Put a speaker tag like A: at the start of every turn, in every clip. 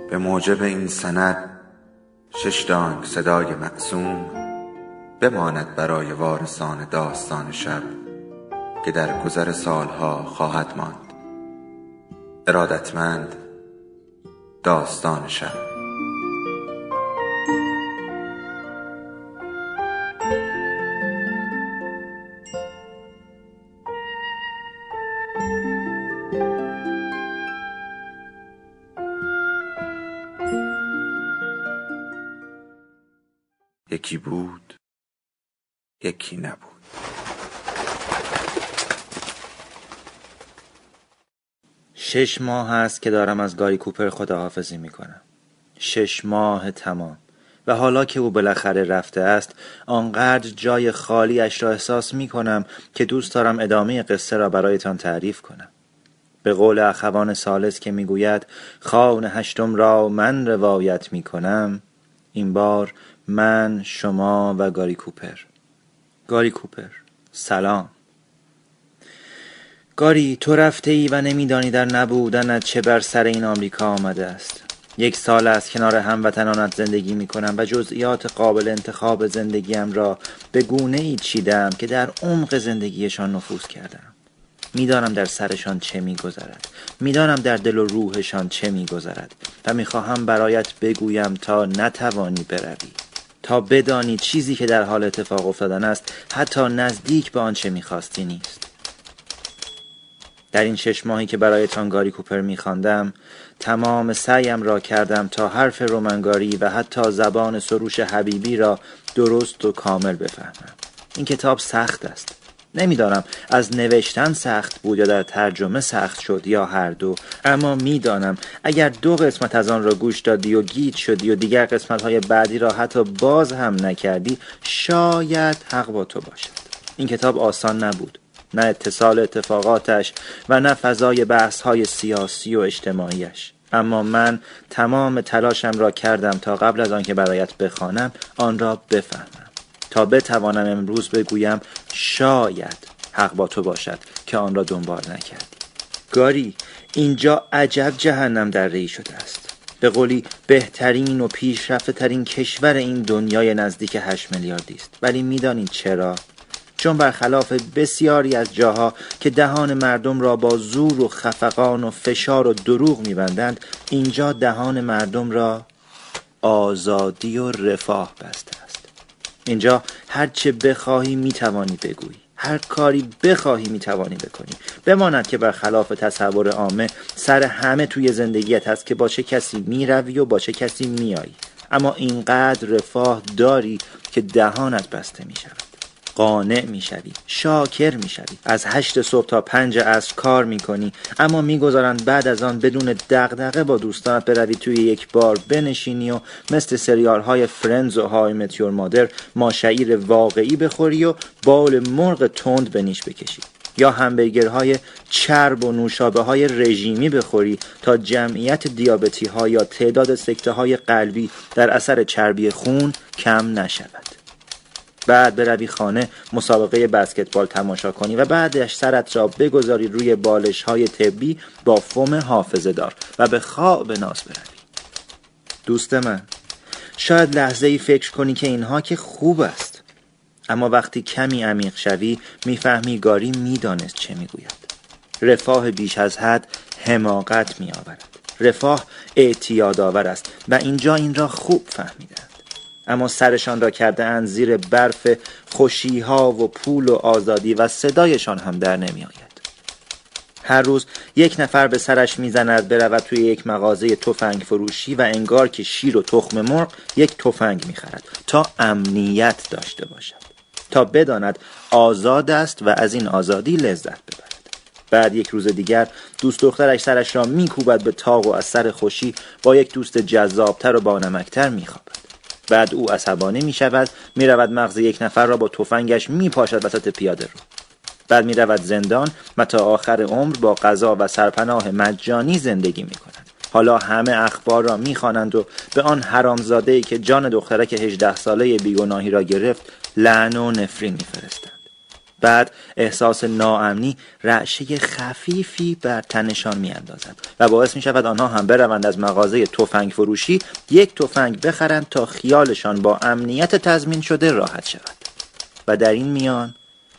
A: به موجب این سند 6 دانگ صدای معصوم بماند برای وارثان داستان شب که در گذر سالها خواهد ماند. ارادتمند، داستان شب. یکی بود، یکی نبود.
B: 6 ماه است که دارم از گاری کوپر خداحافظی میکنم. 6 ماه تمام. و حالا که او بالاخره رفته است، آنقدر جای خالیش را احساس میکنم که دوست دارم ادامه قصه را برایتان تعریف کنم. به قول اخوان ثالث که میگوید خوان 8 را من روایت میکنم، این بار من، شما و گاری کوپر. گاری کوپر، سلام. گاری، تو رفته ای و نمیدانی در نبودنت چه بر سر این آمریکا آمده است. 1 سال است کنار هموطنانت زندگی میکنم و جزئیات قابل انتخاب زندگیم را به گونه ای چیدم که در عمق زندگیشان نفوذ کردم. میدانم در سرشان چه میگذرد، میدانم در دل و روحشان چه میگذرد و میخواهم برایت بگویم تا نتوانی بروی، تا بدانی چیزی که در حال اتفاق افتادن است حتی نزدیک به آنچه میخواستی نیست. در این 6 ماهی که برایتان گاری کوپر میخواندم، تمام سعیم را کردم تا حرف رومنگاری و حتی زبان سروش حبیبی را درست و کامل بفهمم. این کتاب سخت است. نمیدانم از نوشتن سخت بود یا در ترجمه سخت شد یا هر دو، اما میدانم اگر 2 قسمت از آن را گوش دادی و گیج شدی و دیگر قسمت‌های بعدی را حتی باز هم نکردی، شاید حق با تو باشد. این کتاب آسان نبود، نه اتصال اتفاقاتش و نه فضای بحث‌های سیاسی و اجتماعیش، اما من تمام تلاشم را کردم تا قبل از آن که برایت بخوانم آن را بفهمم، تا بتوانم امروز بگویم شاید حق با تو باشد که آن را دنبال نکردی. گاری، اینجا عجب جهنم در ری شده است. به قولی بهترین و پیشرفته ترین کشور این دنیای نزدیک 8 میلیاردی است. ولی میدانید چرا؟ چون برخلاف بسیاری از جاها که دهان مردم را با زور و خفقان و فشار و دروغ میبندند، اینجا دهان مردم را آزادی و رفاه بسته است. اینجا هر چه بخواهی میتوانی بگویی، هر کاری بخواهی میتوانی بکنی. بماند که برخلاف تصور عامه سر همه توی زندگیت هست که با چه کسی میروی و با چه کسی میایی، اما اینقدر رفاه داری که دهانت بسته میشود. قانع میشوی، شاکر میشوی، از 8 صبح تا 5 عصر کار میکنی، اما میگذارند بعد از آن بدون دغدغه با دوستانت بروی توی یک بار بنشینی و مثل سریال های فرندز و های متیور مادر ماشعیر واقعی بخوری و بال مرغ تند به نیش بکشی، یا همبرگرهای چرب و نوشابه های رژیمی بخوری تا جمعیت دیابتی ها یا تعداد سکته های قلبی در اثر چربی خون کم نشود. بعد بروی خانه مسابقه بسکتبال تماشا کنی و بعدش سرت را بگذاری روی بالش های طبی با فوم حافظه دار و به خواب ناز بروی. دوست من، شاید لحظه ای فکر کنی که اینها که خوب است، اما وقتی کمی عمیق شوی میفهمی گاری میدانست چه میگوید. رفاه بیش از حد حماقت میآورد. رفاه اعتیاد آور است و اینجا این را خوب فهمیدند، اما سرشان را کرده اند زیر برف خوشی‌ها و پول و آزادی و صدایشان هم در نمی آید. هر روز 1 نفر به سرش میزند برود توی یک مغازه تفنگ فروشی و انگار که شیر و تخم مرغ یک تفنگ میخرد تا امنیت داشته باشد، تا بداند آزاد است و از این آزادی لذت ببرد. بعد 1 روز دیگر دوست دخترش سرش را میکوبد به طاق و از سر خوشی با یک دوست جذابتر و بانمکتر میخوابد. بعد او عصبانی می شود، می رود مغز 1 نفر را با تفنگش می پاشد وسط پیاده رو. بعد می رود زندان و تا آخر عمر با غذا و سرپناه مجانی زندگی می کند. حالا همه اخبار را می خوانند و به آن حرامزاده‌ای که جان دخترک 18 ساله بیگناهی را گرفت لعن و نفرین می فرستند. بعد احساس ناامنی رعشه خفیفی بر تنشان میاندازد و باعث می شود آنها هم بروند از مغازه تفنگ فروشی یک تفنگ بخرند تا خیالشان با امنیت تضمین شده راحت شود. و در این میان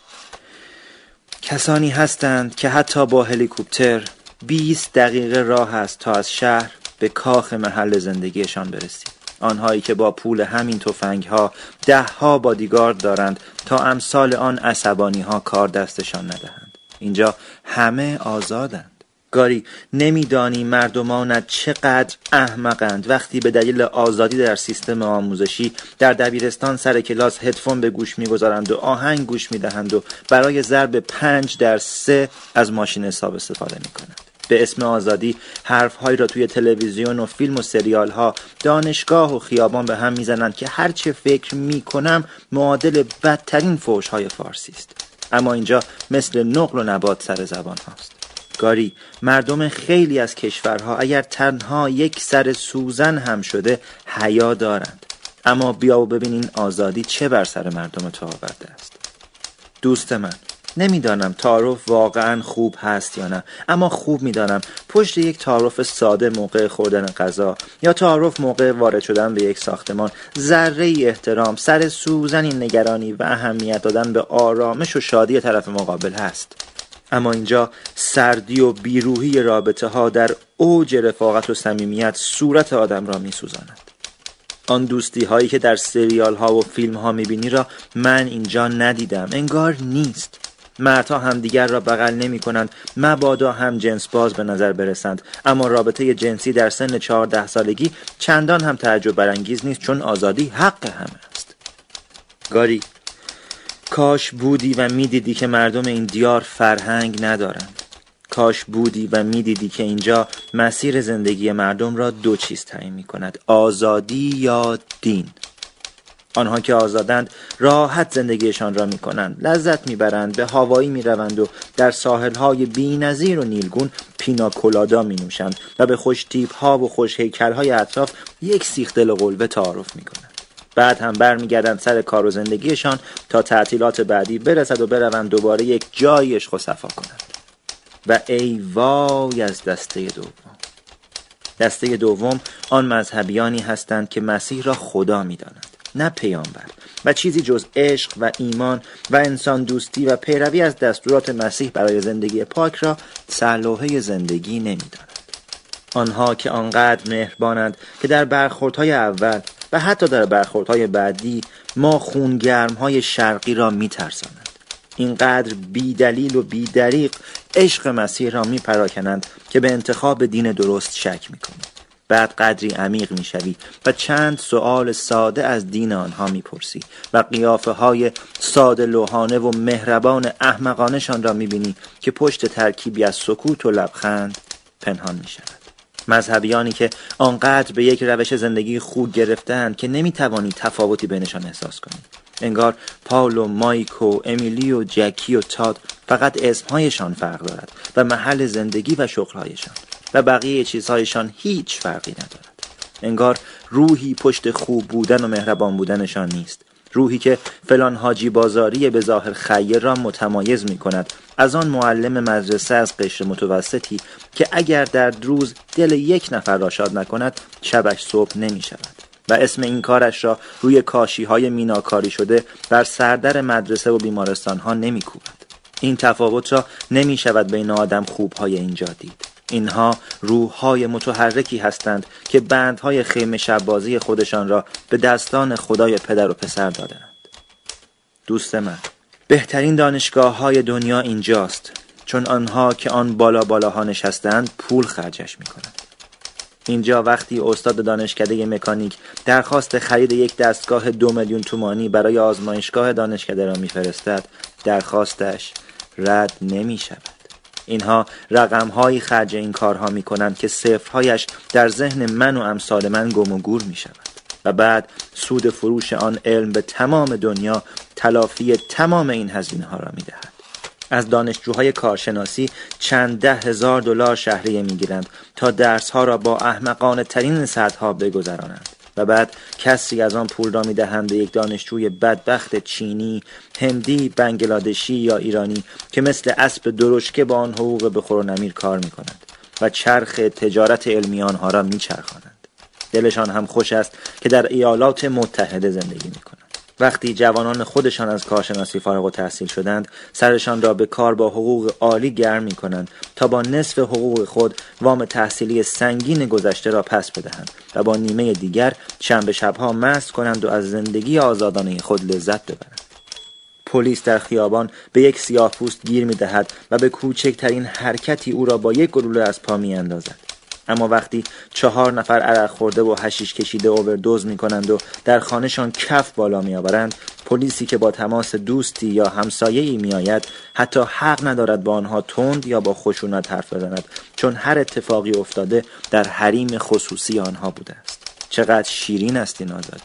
B: کسانی هستند که حتی با هلیکوپتر 20 دقیقه راه است تا از شهر به کاخ محل زندگیشان برسید. آنهایی که با پول همین تفنگ‌ها 10 بادیگارد دارند تا امثال آن عصبانی‌ها کار دستشان ندهند. اینجا همه آزادند. گاری نمیدانی مردمانت چقدر احمقند وقتی به دلیل آزادی در سیستم آموزشی در دبیرستان سر کلاس هدفون به گوش میگذارند و آهنگ گوش میدهند و برای ضرب 5 در 3 از ماشین حساب استفاده میکنند. به اسم آزادی حرفهایی را توی تلویزیون و فیلم و سریال ها، دانشگاه و خیابان به هم میزنند که هرچه فکر میکنم معادل بدترین فحش های فارسی است. اما اینجا مثل نقل و نبات سر زبان هاست. گاری مردم خیلی از کشورها اگر تنها یک سر سوزن هم شده حیا دارند. اما بیا و ببین این آزادی چه بر سر مردم تو آورده است. دوست من، نمیدانم تعارف واقعا خوب هست یا نه، اما خوب میدانم پشت یک تعارف ساده موقع خوردن غذا یا تعارف موقع وارد شدن به یک ساختمان ذره احترام، سر سوزنی نگرانی و اهمیت دادن به آرامش و شادی طرف مقابل هست. اما اینجا سردی و بیروحی رابطه ها در اوج رفاقت و صمیمیت صورت آدم را می سوزاند. آن دوستی هایی که در سریال ها و فیلم ها می بینی را من اینجا ندیدم، انگار نیست. مردها همدیگر را بغل نمی کنند مبادا هم جنس باز به نظر برسند، اما رابطه جنسی در سن 14 سالگی چندان هم تعجب برانگیز نیست، چون آزادی حق همه است. گاری کاش بودی و میدیدی که مردم این دیار فرهنگ ندارند. کاش بودی و میدیدی که اینجا مسیر زندگی مردم را 2 چیز تعیین می‌کند: آزادی یا دین. آنها که آزادند راحت زندگیشان را می‌کنند، لذت می‌برند، به هاوایی می‌روند و در ساحل‌های بی‌نظیر و نیلگون پیناکولادا می‌نوشند و به خوش تیپ‌ها و خوش هیکل‌های اطراف یک سیخ دل و قلبه تعارف می‌کنند. بعد هم برمیگردند سر کار و زندگیشان تا تعطیلات بعدی برسد و بروند دوباره یک جای عشق و صفا کنند. و ای وای از دسته دوم. دسته دوم آن مذهبیانی هستند که مسیح را خدا می‌دانند، نه پیامبر، و چیزی جز عشق و ایمان و انسان دوستی و پیروی از دستورات مسیح برای زندگی پاک را سلوحه زندگی نمی‌دانند. آنها که آنقدر مهربانند که در برخوردهای اول و حتی در برخوردهای بعدی ما خونگرم‌های شرقی را می‌ترسانند. اینقدر بی دلیل و بی دریغ عشق مسیح را می‌پراکنند که به انتخاب دین درست شک می‌کنی. بعد قدری عمیق می‌شوی و چند سؤال ساده از دین آنها می‌پرسی و قیافه‌های ساده لوحانه و مهربان احمقانشان را می‌بینی که پشت ترکیبی از سکوت و لبخند پنهان می‌شود. مذهبیانی که آنقدر به یک روش زندگی خوب گرفتند که نمی‌توانی تفاوتی بینشان احساس کنی. انگار پاول و مایک و امیلی و جکی و تاد فقط اسمهایشان فرق دارد و محل زندگی و شغلهایشان و بقیه چیزهایشان هیچ فرقی ندارد. انگار روحی پشت خوب بودن و مهربان بودنشان نیست. روحی که فلان حاجی بازاری به ظاهر خیر را متمایز می کند از آن معلم مدرسه از قشر متوسطی که اگر در روز دل یک نفر را شاد نکند شبش صبح نمی شود و اسم این کارش را روی کاشی های میناکاری شده بر سردر مدرسه و بیمارستان ها نمی کوبد. این تفاوت را نمی شود بین آدم خوب های اینجا دید. اینها روح‌های متحرکی هستند که بندهای خیمه شبازی خودشان را به دستان خدای پدر و پسر دادند. دوست من، بهترین دانشگاه‌های دنیا اینجاست، چون آنها که آن بالاها نشستند پول خرجش می‌کنند. اینجا وقتی استاد دانشکده مکانیک درخواست خرید یک دستگاه 2 میلیون تومانی برای آزمایشگاه دانشکده را می‌فرستد، درخواستش رد نمی‌شود. اینها رقم‌هایی خرج این کارها می‌کنند که صفرهایش در ذهن من و امثال من گم و گور می‌شود و بعد سود فروش آن علم به تمام دنیا تلافی تمام این هزینه‌ها را می‌دهد. از دانشجوهای کارشناسی چند $10,000 شهریه می‌گیرند تا درس‌ها را با احمقانه ترین سطح‌ها بگذرانند. و بعد کسی از آن پول را می‌دهند به یک دانشجوی بدبخت چینی، هندی، بنگلادشی یا ایرانی که مثل اسب درشکه با آن حقوق بخور و نمیر کار می‌کنند و چرخ تجارت علمی آنها را می‌چرخانند. دلشان هم خوش است که در ایالات متحده زندگی می‌کنند. وقتی جوانان خودشان از کارشناسی فارغ التحصیل شدند، سرشان را به کار با حقوق عالی گرم می‌کنند تا با نصف حقوق خود وام تحصیلی سنگین گذشته را پس بدهند و با نیمه دیگر شنبه شب‌ها مست کنند و از زندگی آزادانه خود لذت ببرند. پلیس در خیابان به یک سیاه‌پوست گیر می‌دهد و به کوچکترین حرکتی او را با یک گلوله از پا می‌اندازد. اما وقتی 4 نفر عرق خورده و حشیش کشیده اووردوز می‌کنند و در خانه‌شان کف بالا می‌آورند، پلیسی که با تماس دوستی یا همسایه‌ای می‌آید حتی حق ندارد با آنها تند یا با خشونت حرف بزند، چون هر اتفاقی افتاده در حریم خصوصی آنها بوده است. چقدر شیرین است این آزادی!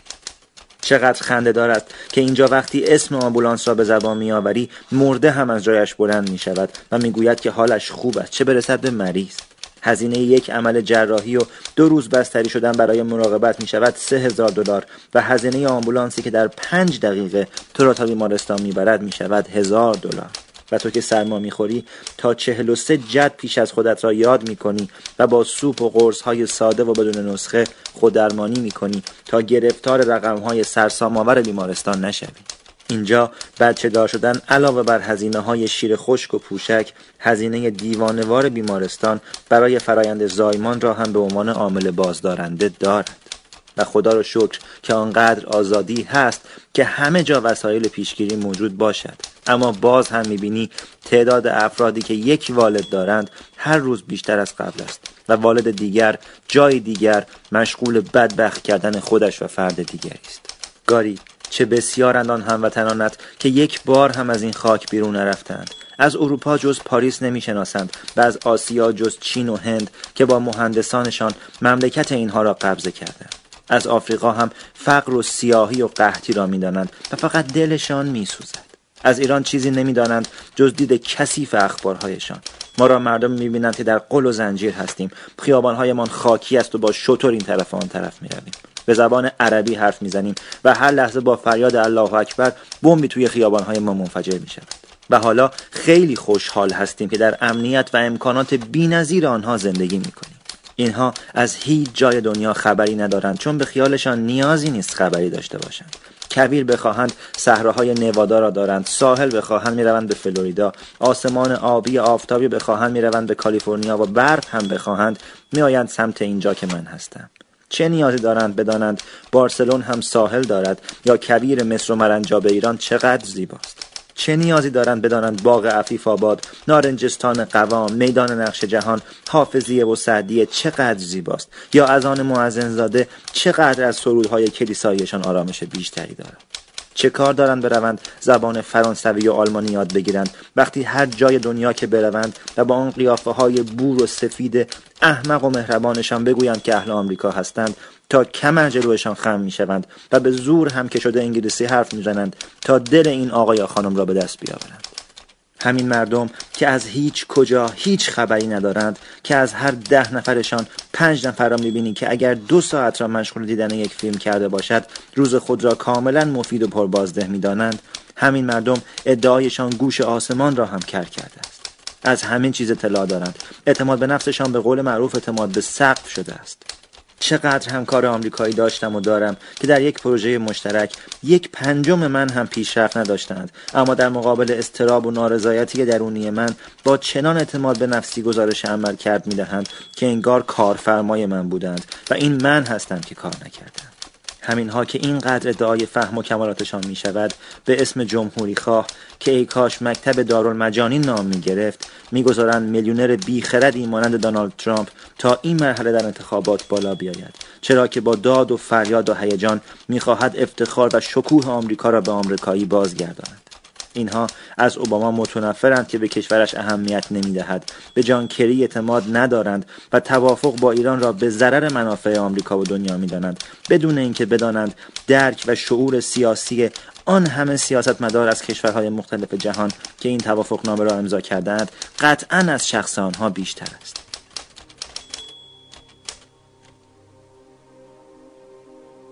B: چقدر خنده دارد که اینجا وقتی اسم آمبولانس را به زبان می‌آوری مرده هم از جایش بلند می‌شود و می‌گوید که حالش خوب است، چه برسد به مریض. هزینه یک عمل جراحی و 2 روز بستری شدن برای مراقبت می شود $3000 و هزینه آمبولانسی که در 5 دقیقه تو را تا بیمارستان می برد می شود $1000. و تو که سرما می خوری تا 43 جد پیش از خودت را یاد می کنی و با سوپ و قرص های ساده و بدون نسخه خوددرمانی می کنی تا گرفتار رقم های سرسام‌آور بیمارستان نشوی. اینجا بچه دار شدن علاوه بر هزینه های شیر خشک و پوشک، هزینه دیوانوار بیمارستان برای فرایند زایمان را هم به عنوان عامل بازدارنده دارد. و خدا رو شکر که آنقدر آزادی هست که همه جا وسایل پیشگیری موجود باشد. اما باز هم میبینی تعداد افرادی که یک والد دارند هر روز بیشتر از قبل است و والد دیگر جای دیگر مشغول بدبخت کردن خودش و فرد دیگری است. گاری چه بسیارند آن هموطنانت که یک بار هم از این خاک بیرون نرفتند. از اروپا جز پاریس نمیشناسند و از آسیا جز چین و هند که با مهندسانشان مملکت اینها را قبضه کردند. از آفریقا هم فقر و سیاهی و قحطی را میدانند و فقط دلشان میسوزد. از ایران چیزی نمیدانند جز دید کثیف اخبارهایشان. ما را مردم میبینند که در قل و زنجیر هستیم، خیابانهایمان خاکی است و با شتر این طرف و آن طرف میرویم، به زبان عربی حرف میزنیم و هر لحظه با فریاد الله اکبر بمبی توی خیابانهای ما منفجر میشود. و حالا خیلی خوشحال هستیم که در امنیت و امکانات بی‌نظیر آنها زندگی میکنیم. اینها از هیچ جای دنیا خبری ندارند، چون به خیالشان نیازی نیست خبری داشته باشند. کویر بخواهند صحراهای نوادا را دارند، ساحل بخواهند میروند به فلوریدا، آسمان آبی آفتابی بخواهند میروند به کالیفرنیا و برف هم بخواهند میآیند سمت اینجا که من هستم. چه نیازی دارند بدانند بارسلون هم ساحل دارد یا کویر مصر و مرنجاب ایران چقدر زیباست؟ چه نیازی دارند بدانند باغ عفیف آباد، نارنجستان قوام، میدان نقش جهان، حافظیه و سعدیه چقدر زیباست؟ یا اذان مؤذن زاده چقدر از سرودهای کلیساییشان آرامش بیشتری دارد؟ چه کار دارند بروند زبان فرانسوی و آلمانی یاد بگیرند وقتی هر جای دنیا که بروند و با آن قیافه های بور و سفید احمق و مهربانشان بگویند که اهل آمریکا هستند تا کمر جلوشان خم میشوند و به زور هم که شده انگلیسی حرف میزنند تا دل این آقا یا خانم را به دست بیاورند. همین مردم که از هیچ کجا هیچ خبری ندارند، که از هر 10 نفرشان 5 نفر را میبینی که اگر 2 ساعت را مشغول دیدن یک فیلم کرده باشد روز خود را کاملا مفید و پربازده میدانند، همین مردم ادعایشان گوش آسمان را هم کر کرده است. از همین چیز اطلاع دارند. اعتماد به نفسشان به قول معروف اعتماد به سقف شده است. چقدر همکار آمریکایی داشتم و دارم که در یک پروژه مشترک 1/5 من هم پیشرفت نداشتند، اما در مقابل اضطراب و نارضایتی درونی من با چنان اعتماد به نفسی گزارش عمل کرد میدهند که انگار کارفرمای من بودند و این من هستم که کار نکردم. همینها که اینقدر ادعای فهم و کمالاتشان می شود به اسم جمهوری خواه که ای کاش مکتب دارالمجانین نام می گرفت می گذارند میلیونر بیخردی مانند دونالد ترامپ تا این مرحله در انتخابات بالا بیاید، چرا که با داد و فریاد و هیجان می خواهد افتخار و شکوه آمریکا را به آمریکایی بازگرداند. اینها از اوباما متنفرند که به کشورش اهمیت نمیدهد، به جان کری اعتماد ندارند و توافق با ایران را به ضرر منافع آمریکا و دنیا میدانند، بدون اینکه بدانند درک و شعور سیاسی آن همه سیاستمدار از کشورهای مختلف جهان که این توافقنامه را امضا کردند قطعاً از شخص آنها بیشتر است.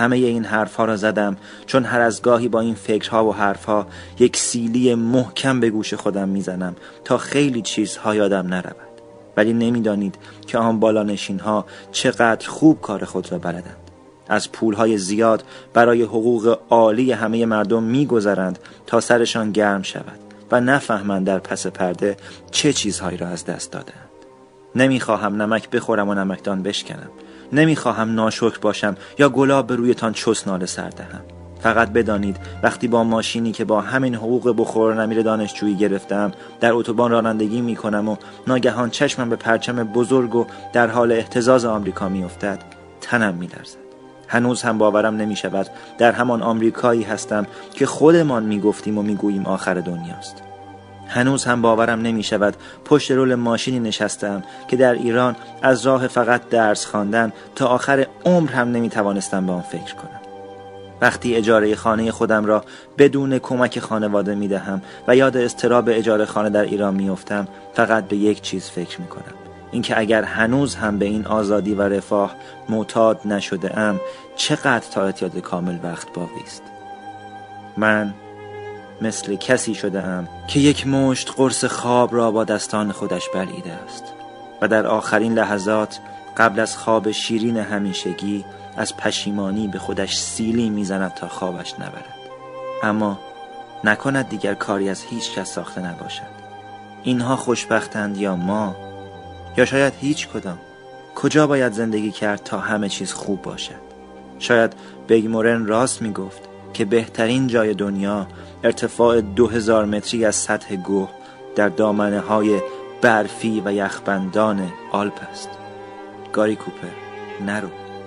B: همه این حرفها را زدم چون هر از گاهی با این فکرها و حرفها یک سیلی محکم به گوش خودم میزنم تا خیلی چیزها یادم نرود. ولی نمیدانید که آن بالانشینها چقدر خوب کار خود را بلدند. از پولهای زیاد برای حقوق عالی همه مردم میگذرند تا سرشان گرم شود و نفهمند در پس پرده چه چیزهایی را از دست دادند. نمیخواهم نمک بخورم و نمکدان بشکنم. نمیخواهم ناشکر باشم یا گلاب به رویتان چسناله سر دهم. فقط بدانید وقتی با ماشینی که با همین حقوق بخور و نمیر دانشجویی گرفتم در اتوبان رانندگی میکنم و ناگهان چشمم به پرچم بزرگ و در حال اهتزاز آمریکا میافتد، تنم میلرزد. هنوز هم باورم نمیشود در همان آمریکایی هستم که خودمان میگفتیم و میگوییم آخر دنیاست. هنوز هم باورم نمی شود پشت رول ماشینی نشستم که در ایران از راه فقط درس خواندن تا آخر عمر هم نمی توانستم به آن فکر کنم. وقتی اجاره خانه خودم را بدون کمک خانواده می دهم و یاد اضطراب اجاره خانه در ایران می افتم، فقط به یک چیز فکر می کنم، اینکه اگر هنوز هم به این آزادی و رفاه معتاد نشده ام، چقدر تا اعتیاد کامل وقت باقی است. من مثل کسی شده ام که یک مشت قرص خواب را با دستان خودش بلعیده است و در آخرین لحظات قبل از خواب شیرین همیشگی از پشیمانی به خودش سیلی میزند تا خوابش نبرد. اما نکند دیگر کاری از هیچ کس ساخته نباشد. اینها خوشبختند یا ما، یا شاید هیچ کدام. کجا باید زندگی کرد تا همه چیز خوب باشد؟ شاید بیگمورن راست میگفت که بهترین جای دنیا ارتفاع 2000 متری از سطح کوه در دامنه های برفی و یخبندان آلپ است. گاری کوپر، نرو.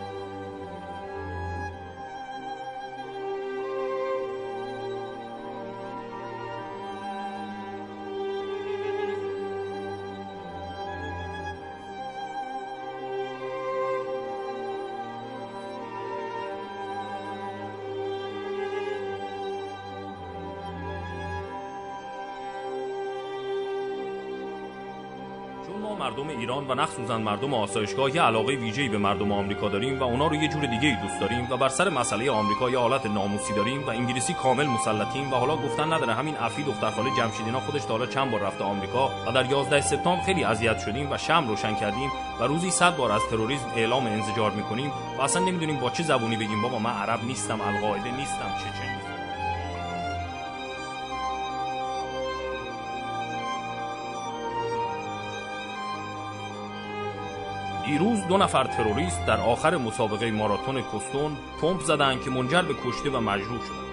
C: مردم ایران و مخصوصاً مردم آسایشگاه یه علاقه ویژه‌ای به مردم آمریکا داریم و اونا رو یه جور دیگه‌ای دوست داریم و بر سر مسئله آمریکا یه حالت ناموسی داریم و انگلیسی کامل مسلطیم و حالا گفتن نداره همین عفی دخترخاله جمشیدینا خودش تا حالا چند بار رفته آمریکا و در 11 سپتامبر خیلی اذیت شدیم و شمع روشن کردیم و روزی 100 بار از تروریسم اعلام انزجار می‌کنیم و اصلا نمی‌دونیم با چه زبونی بگیم بابا من عرب نیستم، القاعده نیستم، چچنی. دیروز 2 نفر تروریست در آخر مسابقه ماراتون کوستون پمپ زدند که منجر به کشته و مجروح شد.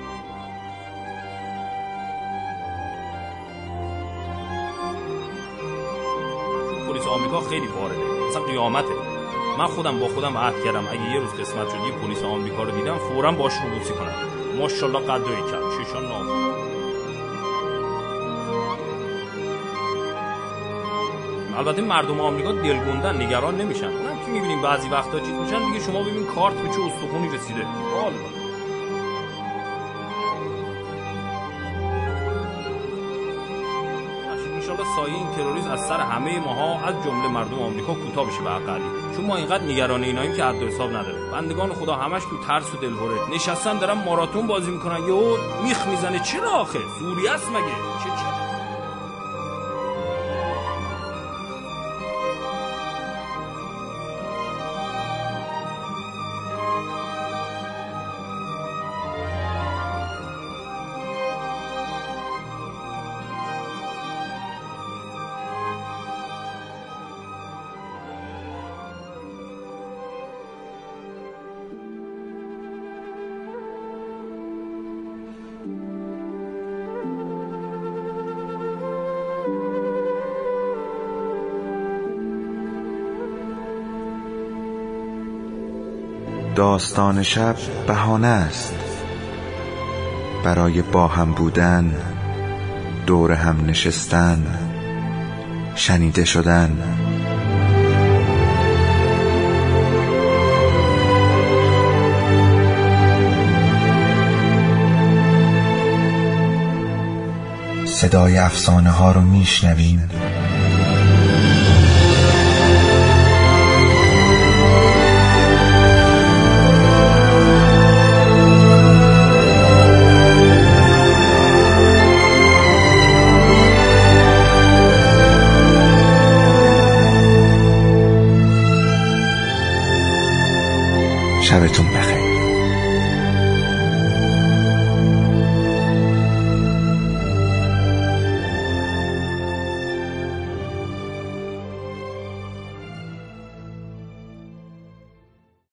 C: پلیس آمریکا خیلی وارده، مثلا قیامته. من خودم با خودم عهد کردم اگه یه روز قسمت شد یه پلیس آمریکا رو دیدم فوراً باش روبوسی کنم. ماشاءالله قدوی کرد، چشان ناف. البته مردم آمریکا دلگوندن، نگران نمیشن. اونم که میبینیم بعضی وقتا چیز میشن دیگه، شما ببین کارت به چه استخونی رسیده. حال انشالله سایه این تروریسم از سر همه ماها از جمله مردم آمریکا کوتاه بشه به اقلی، چون ما اینقدر نگران ایناییم که حد و حساب نداره. بندگان خدا همش تو ترس و دلهره نشستن دارن ماراتون بازی میکنن، یهو میخ میزنه. چرا آخه سوریه است مگه؟ چه
A: داستان شب بهانه است برای با هم بودن، دور هم نشستن، شنیده شدن. صدای افسانه ها رو میشنویم، شبتون بخیر.